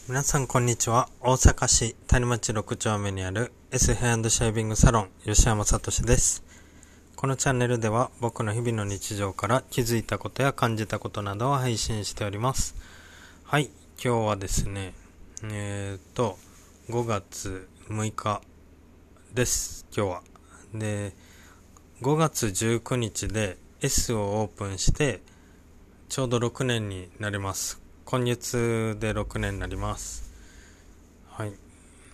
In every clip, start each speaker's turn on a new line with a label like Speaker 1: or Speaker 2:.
Speaker 1: 皆さんこんにちは。大阪市谷町6丁目にある S ヘア&シェービングサロン吉山聡です。このチャンネルでは僕の日々の日常から気づいたことや感じたことなどを配信しております。はい、今日はですね、5月6日です。今日は。で、5月19日で S をオープンしてちょうど6年になります。今月で6年になります。はい。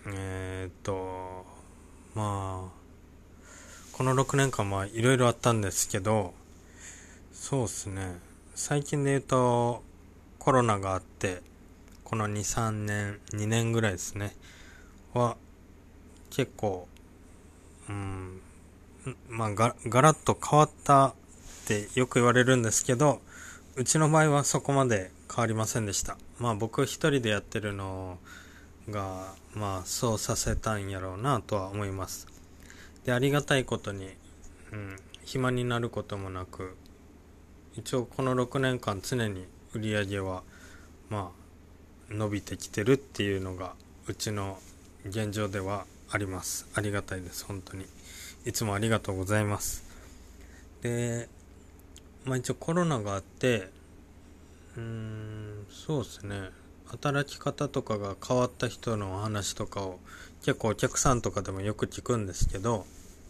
Speaker 1: まあ、この6年間いろいろあったんですけど、そうですね。最近で言うとコロナがあって、この2、3年、2年ぐらいですね。は、結構、ガラッと変わったってよく言われるんですけど、うちの場合はそこまで変わりませんでした。僕一人でやってるのがそうさせたんやろうなとは思います。で、ありがたいことに、暇になることもなく、一応この6年間常に売り上げは伸びてきてるっていうのがうちの現状ではあります。ありがたいです。本当にいつもありがとうございます。で、一応コロナがあって、そうですね、働き方とかが変わった人のお話とかを結構お客さんとかでもよく聞くんですけど、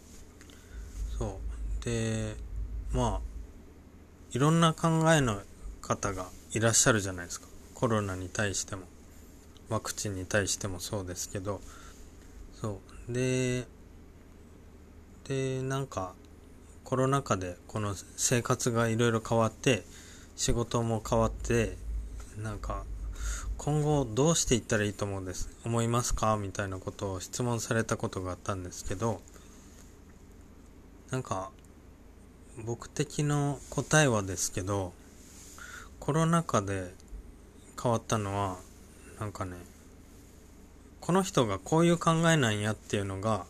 Speaker 1: そうで、いろんな考えの方がいらっしゃるじゃないですか。コロナに対してもワクチンに対してもそうですけど、そうでなんかコロナ禍でこの生活がいろいろ変わって、仕事も変わって、なんか今後どうしていったらいいと思いますかみたいなことを質問されたことがあったんですけど、なんか僕的の答えはですけど、コロナ禍で変わったのは、なんかね、この人がこういう考えなんやっていうのが、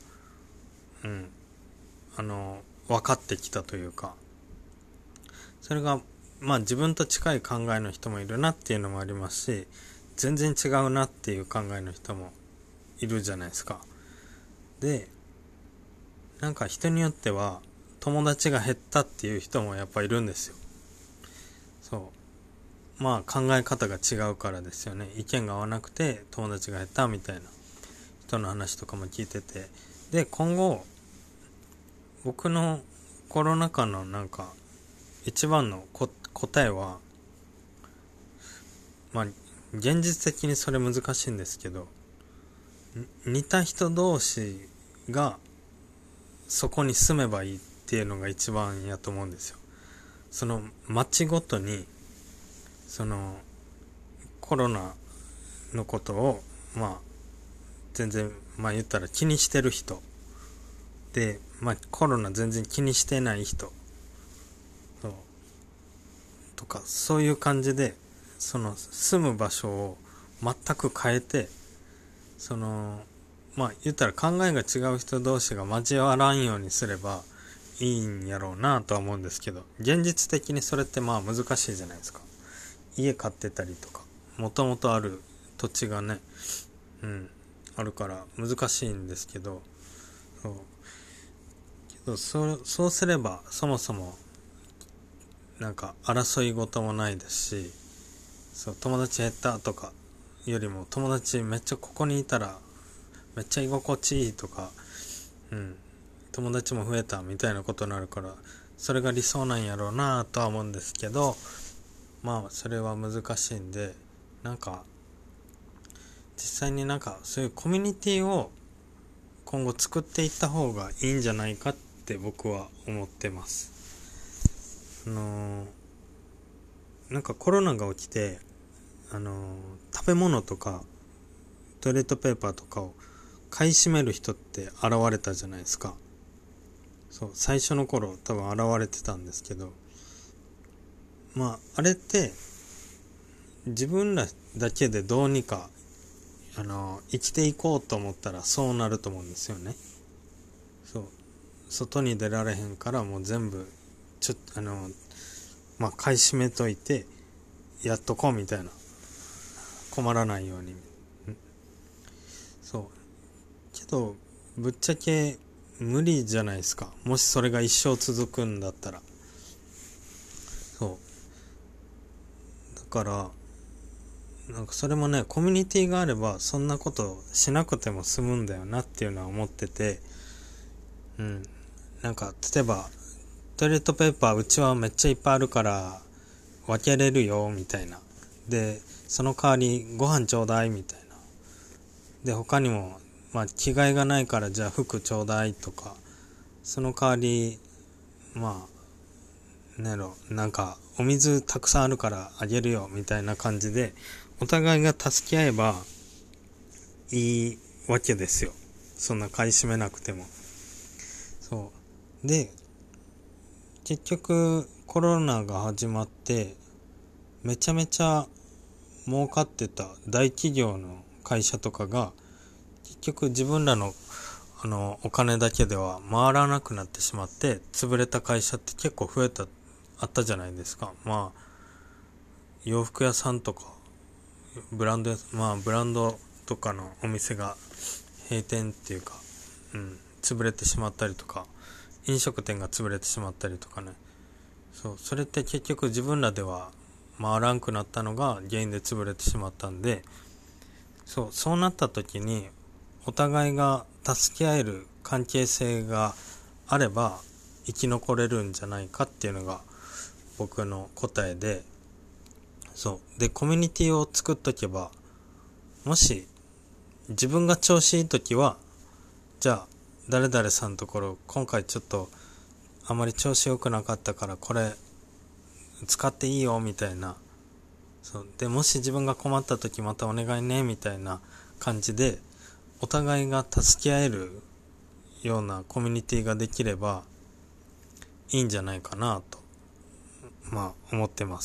Speaker 1: 分かってきたというか、それが自分と近い考えの人もいるなっていうのもありますし、全然違うなっていう考えの人もいるじゃないですか。で、なんか人によっては友達が減ったっていう人もやっぱいるんですよ。そう。考え方が違うからですよね。意見が合わなくて友達が減ったみたいな人の話とかも聞いてて。で、今後、僕のコロナ禍の一番の答えは、現実的にそれ難しいんですけど、似た人同士がそこに住めばいいっていうのが一番やと思うんですよ。その町ごとにそのコロナのことを全然言ったら気にしてる人で、コロナ全然気にしてない人とか、そういう感じでその住む場所を全く変えて、言ったら考えが違う人同士が交わらんようにすればいいんやろうなとは思うんですけど、現実的にそれって難しいじゃないですか。家買ってたりとか、もともとある土地がね、あるから難しいんですけど、そうすればそもそも争い事もないですし、友達減ったとかよりも、友達めっちゃここにいたらめっちゃ居心地いいとか、友達も増えたみたいなことになるから、それが理想なんやろうなとは思うんですけど、それは難しいんで、実際にそういうコミュニティを今後作っていった方がいいんじゃないかって僕は思ってます。コロナが起きて、食べ物とかトイレットペーパーとかを買い占める人って現れたじゃないですか。最初の頃多分現れてたんですけど、あれって自分らだけでどうにか生きていこうと思ったらそうなると思うんですよね。外に出られへんからもう全部買い占めといてやっとこうみたいな、困らないようにっとぶっちゃけ無理じゃないですか。もしそれが一生続くんだったら。だからなんかそれもね、コミュニティがあればそんなことしなくても済むんだよなっていうのは思ってて、なんか例えばトイレットペーパーうちはめっちゃいっぱいあるから分けれるよみたいな。でその代わりご飯ちょうだいみたいな。で他にも着替えがないからじゃあ服ちょうだいとか、その代わりなんかお水たくさんあるからあげるよみたいな感じでお互いが助け合えばいいわけですよ。そんな買い占めなくても。で結局コロナが始まってめちゃめちゃ儲かってた大企業の会社とかが結局自分らのお金だけでは回らなくなってしまって潰れた会社って結構あったじゃないですか。洋服屋さんとかブランドとかのお店が閉店っていうか、潰れてしまったりとか、飲食店が潰れてしまったりとかね。それって結局自分らでは回らんくなったのが原因で潰れてしまったんで、そうなった時にお互いが助け合える関係性があれば生き残れるんじゃないかっていうのが僕の答えで、でコミュニティを作っとけば、もし自分が調子いい時はじゃあ誰々さんのところ今回ちょっとあまり調子良くなかったからこれ使っていいよみたいな。でもし自分が困った時またお願いねみたいな感じでお互いが助け合えるようなコミュニティができればいいんじゃないかなと思ってます。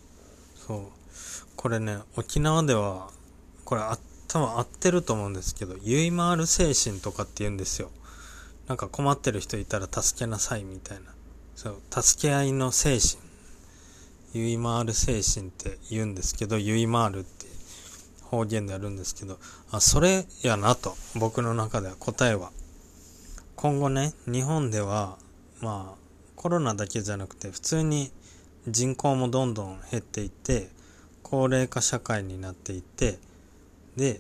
Speaker 1: これね、沖縄ではこれ多分合ってると思うんですけど、ゆいまーる精神とかって言うんですよ。なんか困ってる人いたら助けなさいみたいな。助け合いの精神、ゆいまーる精神って言うんですけど、ゆいまーるって方言であるんですけど、それやなと、僕の中では答えは。今後ね、日本ではコロナだけじゃなくて普通に人口もどんどん減っていって高齢化社会になっていって、で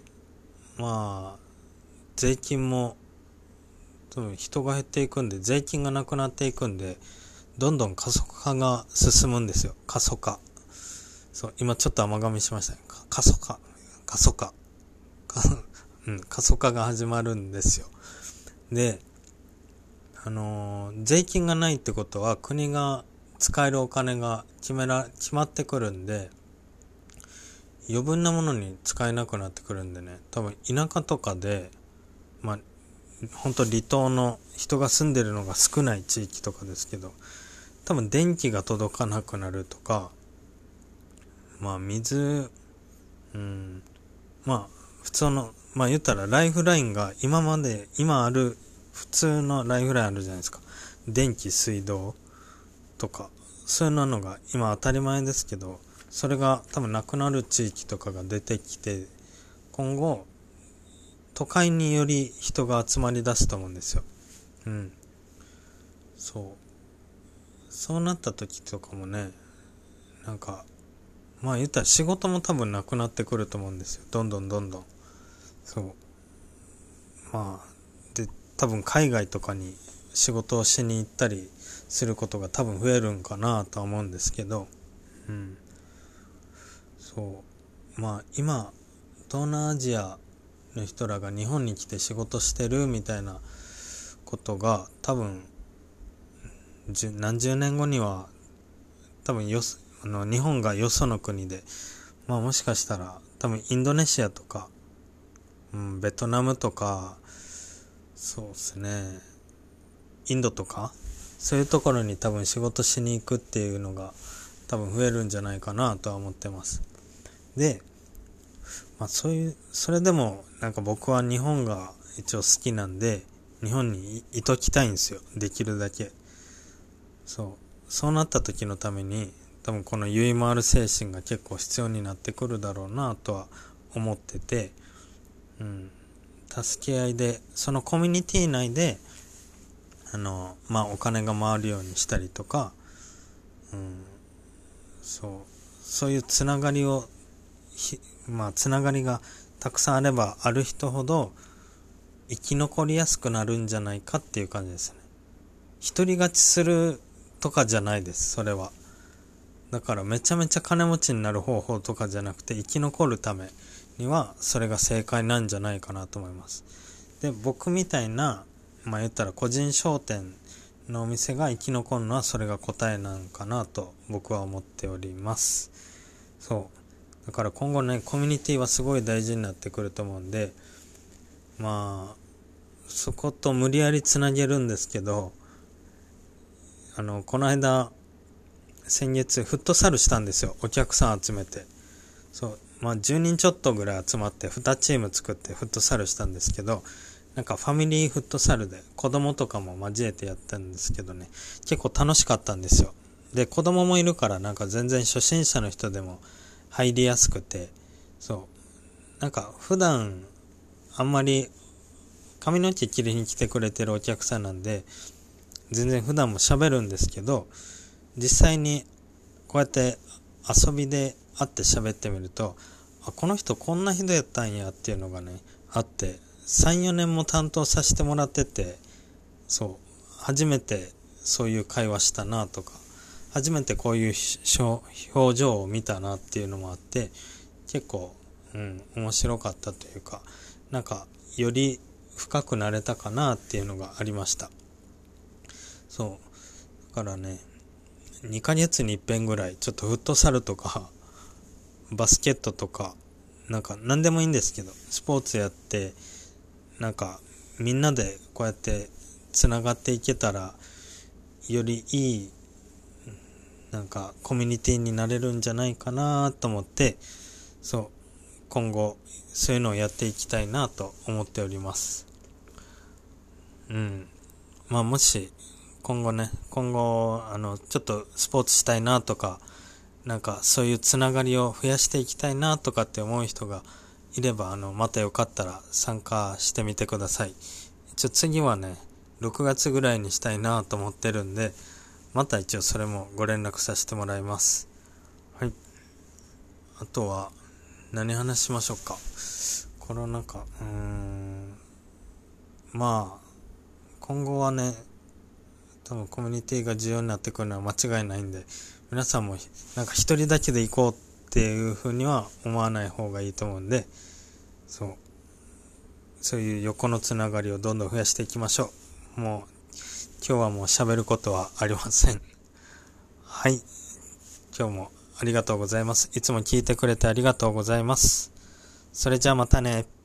Speaker 1: 税金も人が減っていくんで税金がなくなっていくんでどんどん過疎化が進むんですよ。過疎化。今ちょっと甘噛みしましたね。過疎化過疎化が始まるんですよ。で税金がないってことは国が使えるお金が決まってくるんで余分なものに使えなくなってくるんでね、多分田舎とかで本当離島の人が住んでるのが少ない地域とかですけど、多分電気が届かなくなるとか、水普通の言ったらライフラインが今ある普通のライフラインあるじゃないですか。電気、水道とかそういうのが今当たり前ですけど、それが多分なくなる地域とかが出てきて、今後都会により人が集まり出すと思うんですよ。そうなった時とかもね、なんか言ったら仕事も多分なくなってくると思うんですよ。どんどんで多分海外とかに仕事をしに行ったりすることが多分増えるんかなとは思うんですけど、今東南アジアの人らが日本に来て仕事してるみたいなことが多分何十年後には多分日本がよその国でもしかしたら多分インドネシアとか、ベトナムとかインドとかそういうところに多分仕事しに行くっていうのが多分増えるんじゃないかなとは思ってます。でそれでもなんか僕は日本が一応好きなんで日本にいときたいんですよ。できるだけ。そうなった時のために多分このゆいまーる精神が結構必要になってくるだろうなとは思ってて、 助け合いで、そのコミュニティ内で、お金が回るようにしたりとか、そういうつながりを、つながりがたくさんあればある人ほど生き残りやすくなるんじゃないかっていう感じですね。独り勝ちするとかじゃないです、それは。だからめちゃめちゃ金持ちになる方法とかじゃなくて、生き残るためにはそれが正解なんじゃないかなと思います。で、僕みたいな、言ったら個人商店のお店が生き残るのはそれが答えなんかなと僕は思っております。だから今後ね、コミュニティはすごい大事になってくると思うんで、そこと無理やりつなげるんですけど、この間先月フットサルしたんですよ。お客さん集めて。10人ちょっとぐらい集まって2チーム作ってフットサルしたんですけど、ファミリーフットサルで子供とかも交えてやったんですけどね、結構楽しかったんですよ。で、子供もいるから全然初心者の人でも入りやすくて、普段あんまり髪の毛切りに来てくれてるお客さんなんで、全然普段も喋るんですけど、実際にこうやって遊びで会って喋ってみると、この人こんな人やったんやっていうのがね、あって、3、4年も担当させてもらってて、初めてそういう会話したなとか、初めてこういう表情を見たなっていうのもあって、結構、面白かったというか、より深くなれたかなっていうのがありました。だからね、2ヶ月に一遍ぐらいちょっとフットサルとかバスケットとか何でもいいんですけど、スポーツやってみんなでこうやってつながっていけたら、よりいいコミュニティになれるんじゃないかなと思って、今後そういうのをやっていきたいなと思っております。もし今後ちょっとスポーツしたいなとか、そういうつながりを増やしていきたいなとかって思う人がいれば、またよかったら参加してみてください。次はね、6月ぐらいにしたいなと思ってるんで、また一応それもご連絡させてもらいます。はい。あとは何話しましょうか。コロナ禍、今後はね、多分コミュニティが重要になってくるのは間違いないんで、皆さんも一人だけで行こうっていう風には思わない方がいいと思うんで、そういう横のつながりをどんどん増やしていきましょう。今日はもう喋ることはありません。はい。今日もありがとうございます。いつも聞いてくれてありがとうございます。それじゃあまたね。